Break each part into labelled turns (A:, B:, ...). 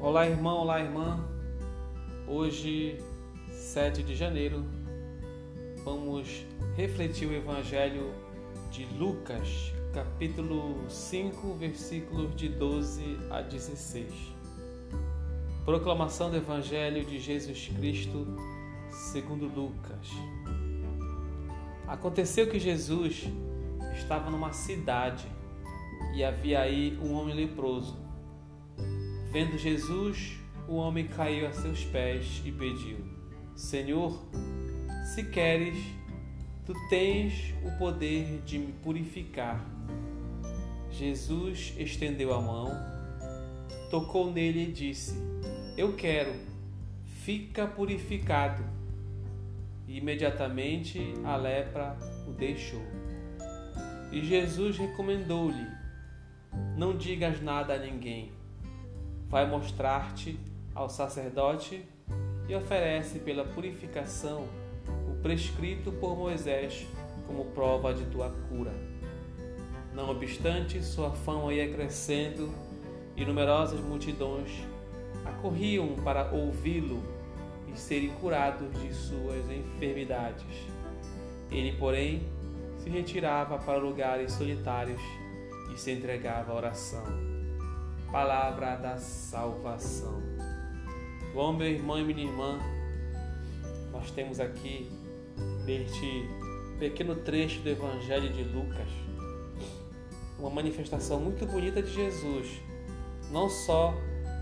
A: Olá, irmão, olá, irmã. Hoje, 7 de janeiro, vamos refletir o Evangelho de Lucas, capítulo 5, versículos de 12 a 16. Proclamação do Evangelho de Jesus Cristo, segundo Lucas. Aconteceu que Jesus estava numa cidade e havia aí um homem leproso. Vendo Jesus, o homem caiu a seus pés e pediu: Senhor, se queres, tu tens o poder de me purificar. Jesus estendeu a mão, tocou nele e disse: Eu quero, fica purificado. E imediatamente a lepra o deixou. E Jesus recomendou-lhe: Não digas nada a ninguém. Vai mostrar-te ao sacerdote e oferece pela purificação o prescrito por Moisés como prova de tua cura. Não obstante, sua fama ia crescendo e numerosas multidões acorriam para ouvi-lo e serem curados de suas enfermidades. Ele, porém, se retirava para lugares solitários e se entregava à oração. Palavra da salvação. Bom, meu irmão e minha irmã, nós temos aqui, neste pequeno trecho do Evangelho de Lucas, uma manifestação muito bonita de Jesus. Não só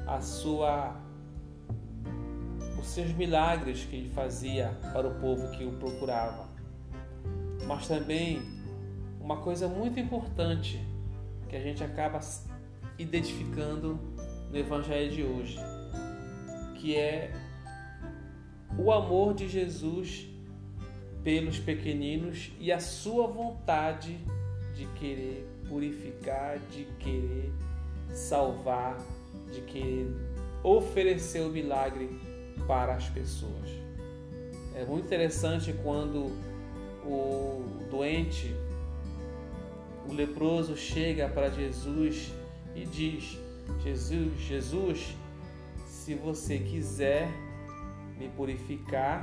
A: os seus milagres que ele fazia para o povo que o procurava, mas também uma coisa muito importante que a gente acaba identificando no Evangelho de hoje, que é o amor de Jesus pelos pequeninos e a sua vontade de querer purificar, de querer salvar, de querer oferecer o milagre para as pessoas. É muito interessante quando o doente, o leproso, chega para Jesus e diz: Jesus, se você quiser me purificar,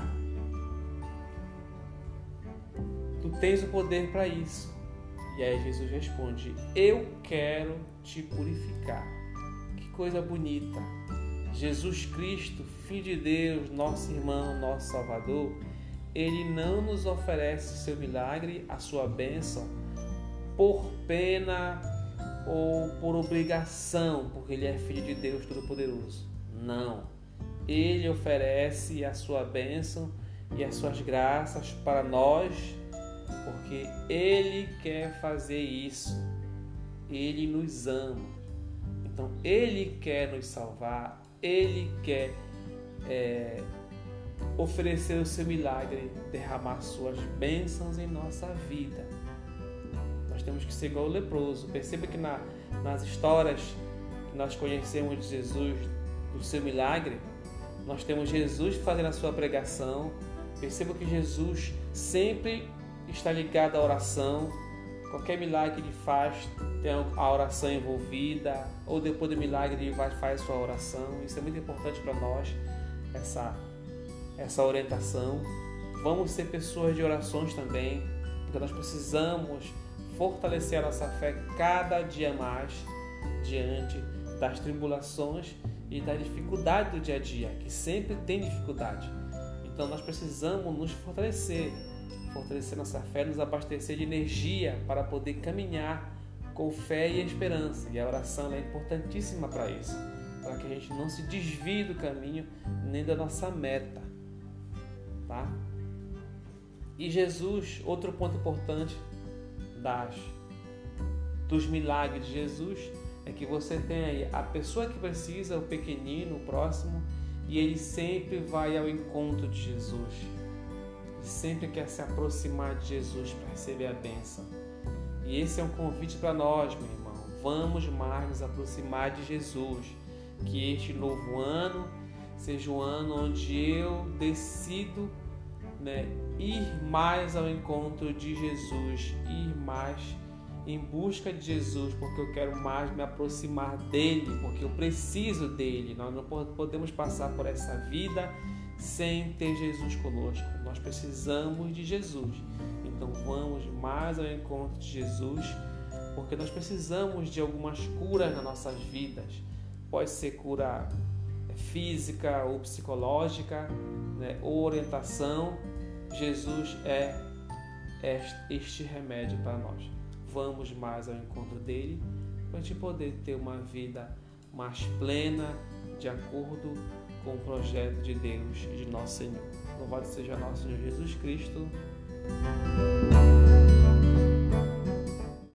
A: tu tens o poder para isso. E aí Jesus responde: eu quero te purificar. Que coisa bonita! Jesus Cristo, Filho de Deus, nosso irmão, nosso Salvador, ele não nos oferece o seu milagre, a sua bênção, por pena ou por obrigação, porque ele é Filho de Deus Todo-Poderoso. Não. Ele oferece a sua bênção e as suas graças para nós, porque ele quer fazer isso. Ele nos ama. Então, ele quer nos salvar, ele quer oferecer o seu milagre, derramar suas bênçãos em nossa vida. Nós temos que ser igual o leproso. Perceba que nas histórias que nós conhecemos de Jesus, do seu milagre, nós temos Jesus fazendo a sua pregação. Perceba que Jesus sempre está ligado à oração. Qualquer milagre que ele faz, tem a oração envolvida, ou depois do milagre ele faz sua oração. Isso é muito importante para nós, essa orientação. Vamos ser pessoas de orações também, porque nós precisamos fortalecer a nossa fé cada dia mais diante das tribulações e da dificuldade do dia a dia, que sempre tem dificuldade. Então nós precisamos nos fortalecer nossa fé, nos abastecer de energia para poder caminhar com fé e esperança. E a oração é importantíssima para isso, para que a gente não se desvie do caminho nem da nossa meta, tá? E Jesus, outro ponto importante dos milagres de Jesus, é que você tem aí a pessoa que precisa, o pequenino, o próximo, e ele sempre vai ao encontro de Jesus. Ele sempre quer se aproximar de Jesus para receber a bênção. E esse é um convite para nós, meu irmão. Vamos mais nos aproximar de Jesus. Que este novo ano seja um ano onde eu decido ir mais ao encontro de Jesus, ir mais em busca de Jesus, porque eu quero mais me aproximar dele, porque eu preciso dele. Nós não podemos passar por essa vida sem ter Jesus conosco. Nós precisamos de Jesus. Então vamos mais ao encontro de Jesus, porque nós precisamos de algumas curas nas nossas vidas. Pode ser cura física ou psicológica, né, ou orientação. Jesus é este remédio para nós. Vamos mais ao encontro dele para a gente poder ter uma vida mais plena, de acordo com o projeto de Deus e de nosso Senhor. Louvado seja nosso Senhor Jesus Cristo.